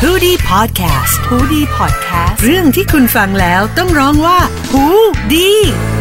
ฮูดี้พอดแคสต์ฮูดี้พอดแคสต์เรื่องที่คุณฟังแล้วต้องร้องว่าฮูดี้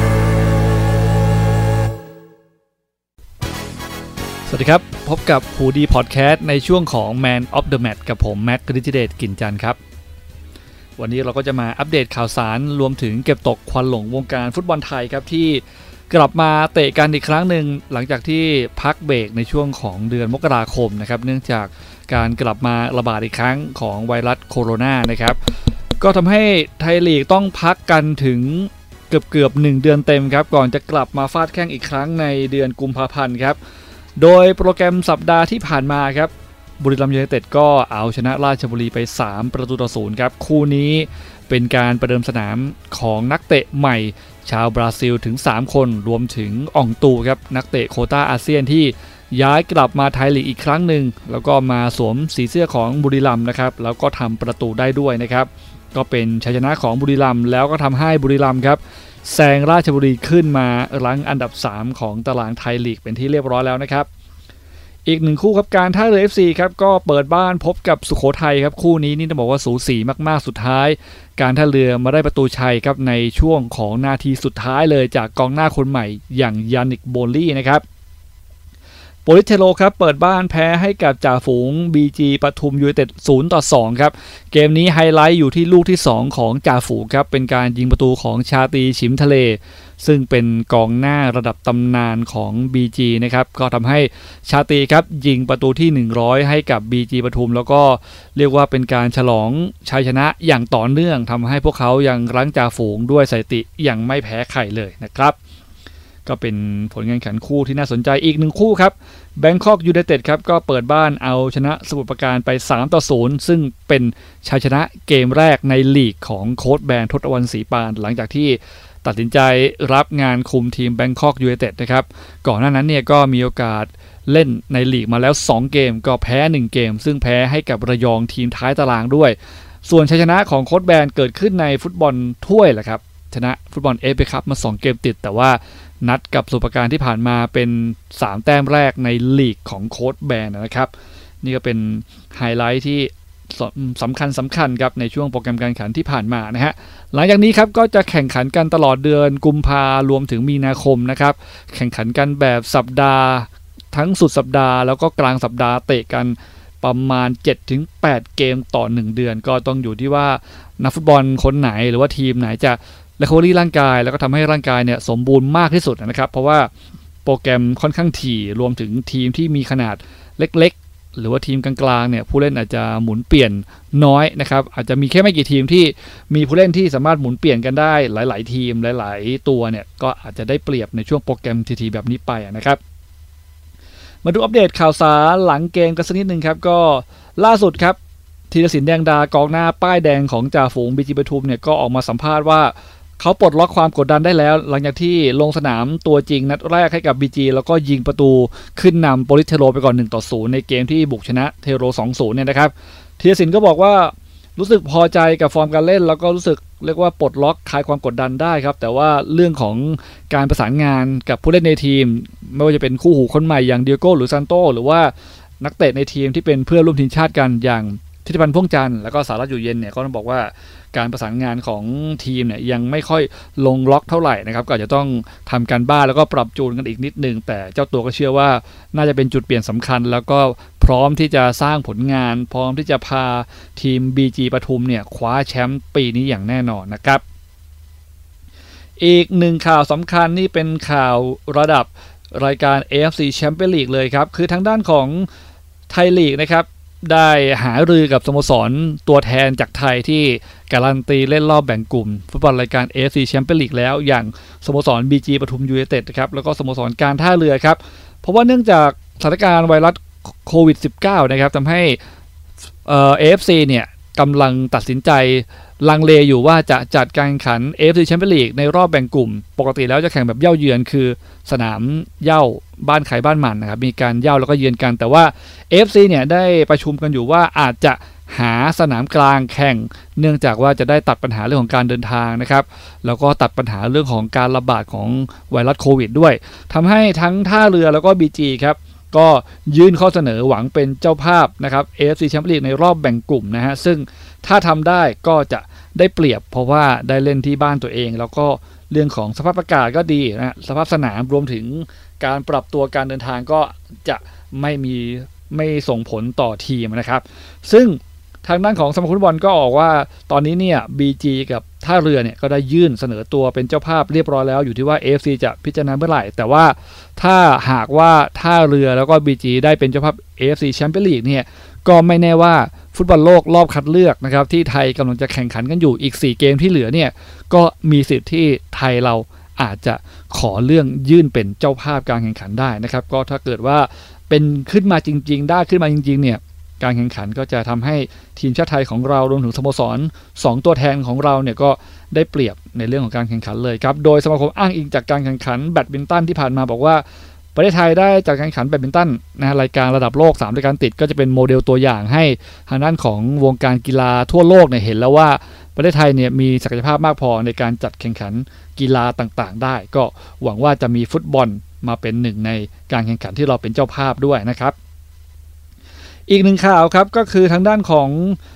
สวัสดีครับพบกับฮูดี้พอดแคสต์ในช่วงของ Man of the Match กับผมแม็กกฤษเดช กลิ่นจันทร์ครับวันนี้เราก็จะมาอัปเดตข่าวสารรวมถึงเก็บตกควันหลงวงการฟุตบอลไทยครับที่กลับมาเตะกันอีกครั้งหนึ่งหลังจากที่พักเบรกในช่วงของเดือนมกราคมนะครับเนื่องจากการกลับมาระบาดอีกครั้งของไวรัสโคโรนานะครับก็ทำให้ไทยลีกต้องพักกันถึงเกือบ1เดือนเต็มครับก่อนจะกลับมาฟาดแข้งอีกครั้งในเดือนกุมภาพันธ์ครับโดยโปรแกรมสัปดาห์ที่ผ่านมาครับบุรีรัมย์ยูไนเต็ดก็เอาชนะราชบุรีไป3-0ครับคู่นี้เป็นการประเดิมสนามของนักเตะใหม่ชาวบราซิลถึง3คนรวมถึงอ่องตูครับนักเตะโควต้าอาเซียนที่ย้ายกลับมาไทยลีกอีกครั้งหนึ่งแล้วก็มาสวมสีเสื้อของบุรีรัมย์นะครับแล้วก็ทำประตูได้ด้วยนะครับก็เป็นชัยชนะของบุรีรัมย์แล้วก็ทำให้บุรีรัมย์ครับแซงราชบุรีขึ้นมารั้งอันดับ3ของตารางไทยลีกเป็นที่เรียบร้อยแล้วนะครับอีกหนึ่งคู่ครับการท่าเรือ FC ครับก็เปิดบ้านพบกับสุโขทัยครับคู่นี้นี่ต้องบอกว่าสูสีมากๆสุดท้ายการท่าเรือมาได้ประตูชัยครับในช่วงของนาทีสุดท้ายเลยจากกองหน้าคนใหม่อย่างยานิกโบลลี่นะครับโปลิสเทโรครับเปิดบ้านแพ้ให้กับจ่าฝูง BG ปทุมยูไนเต็ด 0-2 ครับเกมนี้ไฮไลท์อยู่ที่ลูกที่2ของจ่าฝูงครับเป็นการยิงประตูของชาตรีฉิมทะเลซึ่งเป็นกองหน้าระดับตำนานของ BG นะครับก็ทำให้ชาตรีครับยิงประตูที่100ให้กับ BG ปทุมแล้วก็เรียกว่าเป็นการฉลองชัยชนะอย่างต่อเนื่องทำให้พวกเขายังรั้งจ่าฝูงด้วยสถิติยังไม่แพ้ใครเลยนะครับก็เป็นผลงานขันคู่ที่น่าสนใจอีกหนึ่งคู่ครับแบงคอกยูไนเต็ดครับก็เปิดบ้านเอาชนะสมุทรปราการไป3-0ซึ่งเป็นชัยชนะเกมแรกในลีกของโค้ชแบนทศวรรณศรีปานหลังจากที่ตัดสินใจรับงานคุมทีมแบงคอกยูไนเต็ดนะครับก่อนหน้านั้นเนี่ยก็มีโอกาสเล่นในลีกมาแล้ว2เกมก็แพ้1เกมซึ่งแพ้ให้กับระยองทีมท้ายตารางด้วยส่วนชัยชนะของโค้ชแบนเกิดขึ้นในฟุตบอลถ้วยแหละครับชนะฟุตบอลเอฟเอคัพมา2เกมติดแต่ว่านัดกับสมุทรปราการที่ผ่านมาเป็น3แต้มแรกในลีกของโค้ชแบนนะครับนี่ก็เป็นไฮไลท์ที่สำคัญครับในช่วงโปรแกรมการแข่งขันที่ผ่านมานะฮะหลังจากนี้ครับก็จะแข่งขันกันตลอดเดือนกุมภารวมถึงมีนาคมนะครับแข่งขันกันแบบสัปดาห์ทั้งสุดสัปดาห์แล้วก็กลางสัปดาห์เตะกันประมาณ 7-8 เกมต่อ1เดือนก็ต้องอยู่ที่ว่านักฟุตบอลคนไหนหรือว่าทีมไหนจะและโคลี่ร่างกายแล้วก็ทำให้ร่างกายเนี่ยสมบูรณ์มากที่สุดนะครับเพราะว่าโปรแกรมค่อนข้างถี่รวมถึงทีมที่มีขนาดเล็กๆหรือว่าทีมกลางๆเนี่ยผู้เล่นอาจจะหมุนเปลี่ยนน้อยนะครับอาจจะมีแค่ไม่กี่ทีมที่มีผู้เล่นที่สามารถหมุนเปลี่ยนกันได้หลายๆทีมหลายๆตัวเนี่ยก็อาจจะได้เปรียบในช่วงโปรแกรมทีแบบนี้ไปนะครับมาดูอัปเดตข่าวสารหลังเกมกันสักนิดนึงครับก็ล่าสุดครับธีรศิลป์แดงดากองหน้าป้ายแดงของจ่าฝูง BG ปทุมเนี่ยก็ออกมาสัมภาษณ์ว่าเขาปลดล็อกความกดดันได้แล้วหลังจากที่ลงสนามตัวจริงนัดแรกให้กับ BG แล้วก็ยิงประตูขึ้นนำโปลิสเทโรไปก่อน1-0ในเกมที่บุกชนะเทโร 2-0 เนี่ยนะครับธีรศิลป์ก็บอกว่ารู้สึกพอใจกับฟอร์มการเล่นแล้วก็รู้สึกเรียกว่าปลดล็อกคลายความกดดันได้ครับแต่ว่าเรื่องของการประสานงานกับผู้เล่นในทีมไม่ว่าจะเป็นคู่หูคนใหม่อย่างเดียโก้หรือซานโตหรือว่านักเตะในทีมที่เป็นเพื่อนร่วมทีมชาติกันอย่างทิติพันธ์พ่วงจันทร์แล้วก็สารัตน์อยู่เย็นเนี่ยก็ต้องบอกว่าการประสานงานของทีมเนี่ยยังไม่ค่อยลงล็อกเท่าไหร่นะครับก็อาจจะต้องทำการบ้านแล้วก็ปรับจูนกันอีกนิดนึงแต่เจ้าตัวก็เชื่อว่าน่าจะเป็นจุดเปลี่ยนสำคัญแล้วก็พร้อมที่จะสร้างผลงานพร้อมที่จะพาทีม BG ปทุมเนี่ยคว้าแชมป์ปีนี้อย่างแน่นอนนะครับอีกหนึ่งข่าวสำคัญนี่เป็นข่าวระดับรายการ AFC Champions League เลยครับคือทางด้านของไทยลีกนะครับได้หารือกับสโมสรตัวแทนจากไทยที่การันตีเล่นรอบแบ่งกลุ่มฟุตบอลรายการ AFC Champions League แล้วอย่างสโมสร BG ปทุมยูไนเต็ดครับแล้วก็สโมสรการท่าเรือครับเพราะว่าเนื่องจากสถานการณ์ไวรัสโควิด -19 นะครับทำให้AFC เนี่ยกำลังตัดสินใจลังเลอยู่ว่าจะจัดการแข่งขัน AFC Champions League ในรอบแบ่งกลุ่มปกติแล้วจะแข่งแบบเย่าเยือนคือสนามเย่าบ้านใครบ้านมันนะครับมีการเย่าแล้วก็เยือนกันแต่ว่า AFC เนี่ยได้ประชุมกันอยู่ว่าอาจจะหาสนามกลางแข่งเนื่องจากว่าจะได้ตัดปัญหาเรื่องของการเดินทางนะครับแล้วก็ตัดปัญหาเรื่องของการระบาดของไวรัสโควิดด้วยทำให้ทั้งท่าเรือแล้วก็ BG ครับก็ยื่นข้อเสนอหวังเป็นเจ้าภาพนะครับ AFC Champions League ในรอบแบ่งกลุ่มนะฮะซึ่งถ้าทำได้ก็จะได้เปรียบเพราะว่าได้เล่นที่บ้านตัวเองแล้วก็เรื่องของสภาพอากาศก็ดีนะสภาพสนามรวมถึงการปรับตัวการเดินทางก็จะไม่ส่งผลต่อทีมนะครับซึ่งทางด้านของสมาคมฟุตบอลก็ออกว่าตอนนี้เนี่ย BG กับท่าเรือเนี่ยก็ได้ยื่นเสนอตัวเป็นเจ้าภาพเรียบร้อยแล้วอยู่ที่ว่า AFC จะพิจารณาเมื่อไหร่แต่ว่าถ้าหากว่าท่าเรือแล้วก็ BG ได้เป็นเจ้าภาพ AFC Champions League เนี่ยก็ไม่แน่ว่าฟุตบอลโลกรอบคัดเลือกนะครับที่ไทยกำลังจะแข่งขันกันอยู่อีก4เกมที่เหลือเนี่ยก็มีสิทธิ์ที่ไทยเราอาจจะขอเรื่องยื่นเป็นเจ้าภาพการแข่งขันได้นะครับก็ถ้าเกิดว่าเป็นขึ้นมาจริงๆได้ขึ้นมาจริงๆเนี่ยการแข่งขันก็จะทำให้ทีมชาติไทยของเรารวมถึงสโมสร2ตัวแทนของเราเนี่ยก็ได้เปรียบในเรื่องของการแข่งขันเลยครับโดยสมาคมอ้างอิงจากการแข่งขันแบดมินตันที่ผ่านมาบอกว่าประเทศไทยได้จัดการแข่งขันแบดมินตันนะรายการระดับโลก3รายการติดก็จะเป็นโมเดลตัวอย่างให้ทางด้านของวงการกีฬาทั่วโลกเนี่ยเห็นแล้วว่าประเทศไทยเนี่ยมีศักยภาพมากพอในการจัดแข่งขันกีฬาต่างๆได้ก็หวังว่าจะมีฟุตบอลมาเป็นหนึ่งในการแข่งขันที่เราเป็นเจ้าภาพด้วยนะครับอีกหนึ่งข่าวครับก็คือทางด้านของ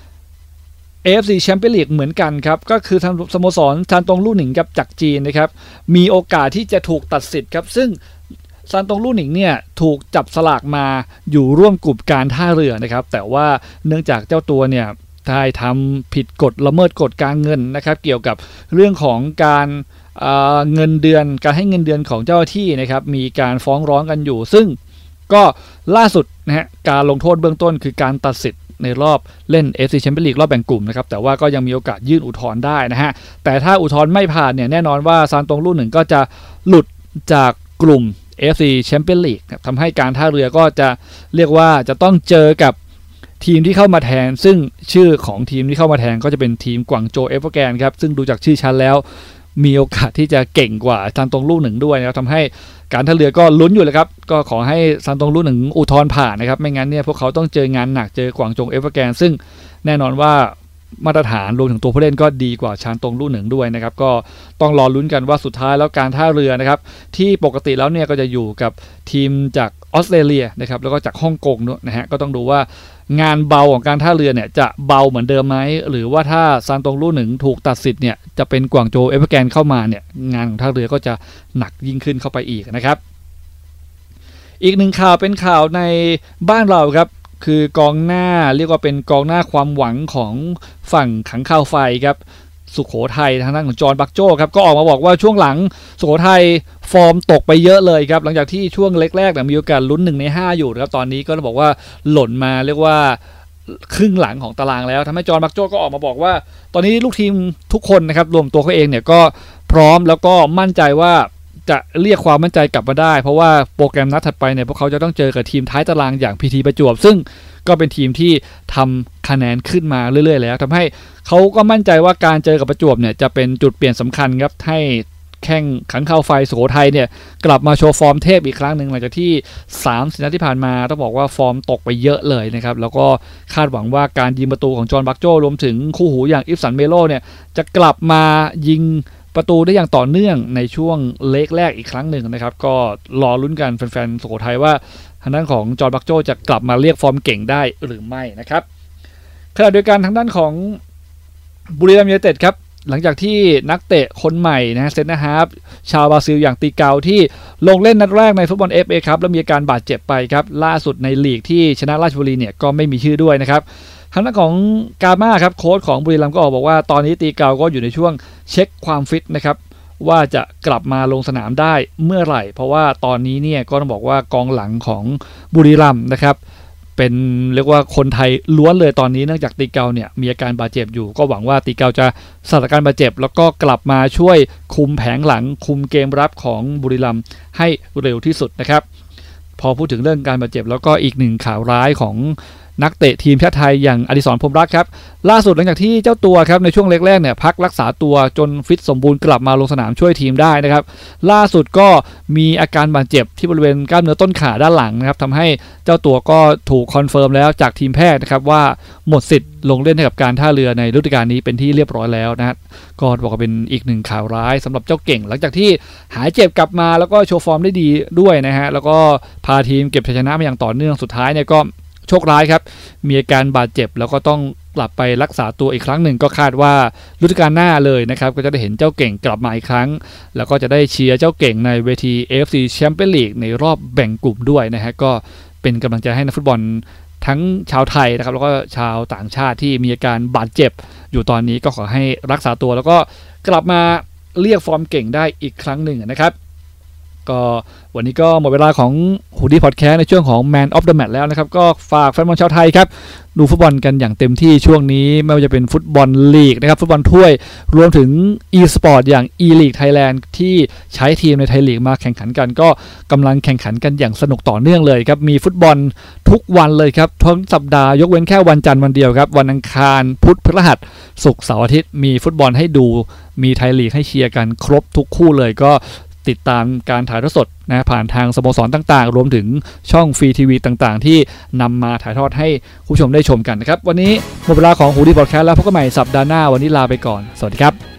AFC Champions League เหมือนกันครับก็คือทางสโมสรซานตงลู่หนิงกับจากจีนนะครับมีโอกาสที่จะถูกตัดสิทธิ์ครับซึ่งซานตงลู่หนิงเนี่ยถูกจับสลากมาอยู่ร่วมกลุ่มการท่าเรือนะครับแต่ว่าเนื่องจากเจ้าตัวเนี่ยได้ทำผิดกฎละเมิดกฎการเงินนะครับเกี่ยวกับเรื่องของการเงินเดือนการให้เงินเดือนของเจ้าหน้าที่นะครับมีการฟ้องร้องกันอยู่ซึ่งก็ล่าสุดนะฮะการลงโทษเบื้องต้นคือการตัดสิทธิ์ในรอบเล่น AFC Champions League รอบแบ่งกลุ่มนะครับแต่ว่าก็ยังมีโอกาสยื่นอุทธรณ์ได้นะฮะแต่ถ้าอุทธรณ์ไม่ผ่านเนี่ยแน่นอนว่าซานตงลู่หนึ่งก็จะหลุดจากกลุ่ม AFC Champions League ทำให้การท่าเรือก็จะเรียกว่าจะต้องเจอกับทีมที่เข้ามาแทนซึ่งชื่อของทีมที่เข้ามาแทนก็จะเป็นทีมกวางโจวเอเวอร์แกนครับซึ่งดูจากชื่อชั้นแล้วมีโอกาสที่จะเก่งกว่าซานตงลู่หนึ่งด้วยนะครับทำให้การท่าเรือก็ลุ้นอยู่เลยครับก็ขอให้ซานตงลู่หนึ่งอุทธรณ์ผ่านนะครับไม่งั้นเนี่ยพวกเขาต้องเจองานหนักเจอกวางโจวเอเวอร์แกนซึ่งแน่นอนว่ามาตรฐานรวมถึงตัวผู้เล่นก็ดีกว่าซานตงลู่หนึ่งด้วยนะครับก็ต้องรอลุ้นกันว่าสุดท้ายแล้วการท่าเรือนะครับที่ปกติแล้วเนี่ยก็จะอยู่กับทีมจากออสเตรเลียนะครับแล้วก็จากฮ่องกงด้วยนะฮะก็ต้องดูว่างานเบาของการท่าเรือเนี่ยจะเบาเหมือนเดิมไหมหรือว่าถ้าซานตงลู่หนึ่งถูกตัดสิทธิ์เนี่ยจะเป็นกวางโจวเอเวอร์แกนเข้ามาเนี่ยงานของท่าเรือก็จะหนักยิ่งขึ้นเข้าไปอีกนะครับอีกหนึ่งข่าวเป็นข่าวในบ้านเราครับคือกองหน้าเรียกว่าเป็นกองหน้าความหวังของฝั่งขังข่าวไฟครับสุโขทัยทางด้านของจอห์นบักโจ้ครับก็ออกมาบอกว่าช่วงหลังสุโขทัยฟอร์มตกไปเยอะเลยครับหลังจากที่ช่วงแรกๆมีโอกาสลุ้น1 ใน 5อยู่ครับตอนนี้ก็บอกว่าหล่นมาเรียกว่าครึ่งหลังของตารางแล้วทำให้จอห์นบักโจ้ก็ออกมาบอกว่าตอนนี้ลูกทีมทุกคนนะครับรวมตัวเขาเองเนี่ยก็พร้อมแล้วก็มั่นใจว่าจะเรียกความมั่นใจกลับมาได้เพราะว่าโปรแกรมนัดถัดไปเนี่ยพวกเขาจะต้องเจอกับทีมท้ายตารางอย่าง PT ประจวบซึ่งก็เป็นทีมที่ทำคะแนนขึ้นมาเรื่อยๆแล้วทำให้เขาก็มั่นใจว่าการเจอกับประจวบเนี่ยจะเป็นจุดเปลี่ยนสำคัญครับให้แข่งขันข่าวไฟสุโขทัยเนี่ยกลับมาโชว์ฟอร์มเทพอีกครั้งหนึ่งหลังจากที่3 นัดที่ผ่านมาต้องบอกว่าฟอร์มตกไปเยอะเลยนะครับแล้วก็คาดหวังว่าการยิงประตูของจอห์นบักโจ้รวมถึงคู่หูอย่างอิฟสันเมโลเนี่ยจะกลับมายิงประตูได้อย่างต่อเนื่องในช่วงเล็กแรกอีกครั้งหนึ่งนะครับก็รอลุ้นกันแฟนๆสุโขทัยว่าทางด้านของจอห์นบักโจ้จะกลับมาเรียกฟอร์มเก่งได้หรือไม่นะครับขณะเดียวกันทางด้านของบุรีรัมย์ยูไนเต็ดครับหลังจากที่นักเตะคนใหม่นะเซนต์ฮาร์ฟชาวบราซิลอย่างตีเกาที่ลงเล่นนัดแรกในฟุตบอล FA ครับแล้วมีอาการบาดเจ็บไปครับล่าสุดในลีกที่ชนะราชบุรีเนี่ยก็ไม่มีชื่อด้วยนะครับทางด้านของกาม่าครับโค้ชของบุรีรัมย์ก็ออกบอกว่าตอนนี้ตีเกาก็อยู่ในช่วงเช็คความฟิตนะครับว่าจะกลับมาลงสนามได้เมื่อไหร่เพราะว่าตอนนี้เนี่ยก็ต้องบอกว่ากองหลังของบุรีรัมย์นะครับเป็นเรียกว่าคนไทยล้วนเลยตอนนี้เนื่องจากตีเกาเนี่ยมีอาการบาดเจ็บอยู่ก็หวังว่าตีเกาจะสถานการณ์บาดเจ็บแล้วก็กลับมาช่วยคุมแผงหลังคุมเกมรับของบุรีรัมย์ให้เร็วที่สุดนะครับพอพูดถึงเรื่องการบาดเจ็บแล้วก็อีกหนึ่งข่าวร้ายของนักเตะทีมชาติไทยอย่างอดิศร พรหมรักครับล่าสุดหลังจากที่เจ้าตัวครับในช่วงแรกๆเนี่ยพักรักษาตัวจนฟิตสมบูรณ์กลับมาลงสนามช่วยทีมได้นะครับล่าสุดก็มีอาการบาดเจ็บที่บริเวณกล้ามเนื้อต้นขาด้านหลังนะครับทำให้เจ้าตัวก็ถูกคอนเฟิร์มแล้วจากทีมแพทย์นะครับว่าหมดสิทธิ์ลงเล่นให้กับการท่าเรือในฤดูกาลนี้เป็นที่เรียบร้อยแล้วนะฮะก็บอกว่าเป็นอีกหนึ่งข่าวร้ายสำหรับเจ้าเก่งหลังจากที่หายเจ็บกลับมาแล้วก็โชว์ฟอร์มได้ดีด้วยนะฮะแล้วก็พาทีมเก็บชัยชนะมาอย่างต่อเนื่องสุดท้ายเนี่ยก็โชคร้ายครับมีอาการบาดเจ็บแล้วก็ต้องกลับไปรักษาตัวอีกครั้งหนึ่งก็คาดว่าฤดูกาลหน้าเลยนะครับก็จะได้เห็นเจ้าเก่งกลับมาอีกครั้งแล้วก็จะได้เชียร์เจ้าเก่งในเวที AFC Champions League ในรอบแบ่งกลุ่มด้วยนะฮะก็เป็นกำลังใจให้นักฟุตบอลทั้งชาวไทยนะครับแล้วก็ชาวต่างชาติที่มีอาการบาดเจ็บอยู่ตอนนี้ก็ขอให้รักษาตัวแล้วก็กลับมาเรียกฟอร์มเก่งได้อีกครั้งหนึ่งนะครับก็วันนี้ก็หมดเวลาของฮูดี้พอดแคสต์ในช่วงของ Man of the Match แล้วนะครับก็ฝากแฟนบอลชาวไทยครับดูฟุตบอลกันอย่างเต็มที่ช่วงนี้ไม่ว่าจะเป็นฟุตบอลลีกนะครับฟุตบอลถ้วยรวมถึง e-sport อย่าง e-league Thailand ที่ใช้ทีมในไทยลีกมาแข่งขันกันก็กำลังแข่งขันกันอย่างสนุกต่อเนื่องเลยครับมีฟุตบอลทุกวันเลยครับทั้งสัปดาห์ยกเว้นแค่วันจันทร์วันเดียวครับวันอังคารพุธพฤหัสศุกร์เสาร์อาทิตย์มีฟุตบอลให้ดูมีไทยลีกให้เชียร์กันครบทุกคู่เลยก็ติดตามการถ่ายทอดสดนะผ่านทางสโมสรต่างๆรวมถึงช่องฟรีทีวีต่างๆที่นำมาถ่ายทอดให้ผู้ชมได้ชมกันนะครับวันนี้หมดเวลาของฮูดี้พอดแคสต์แล้วพบกันใหม่สัปดาห์หน้าวันนี้ลาไปก่อนสวัสดีครับ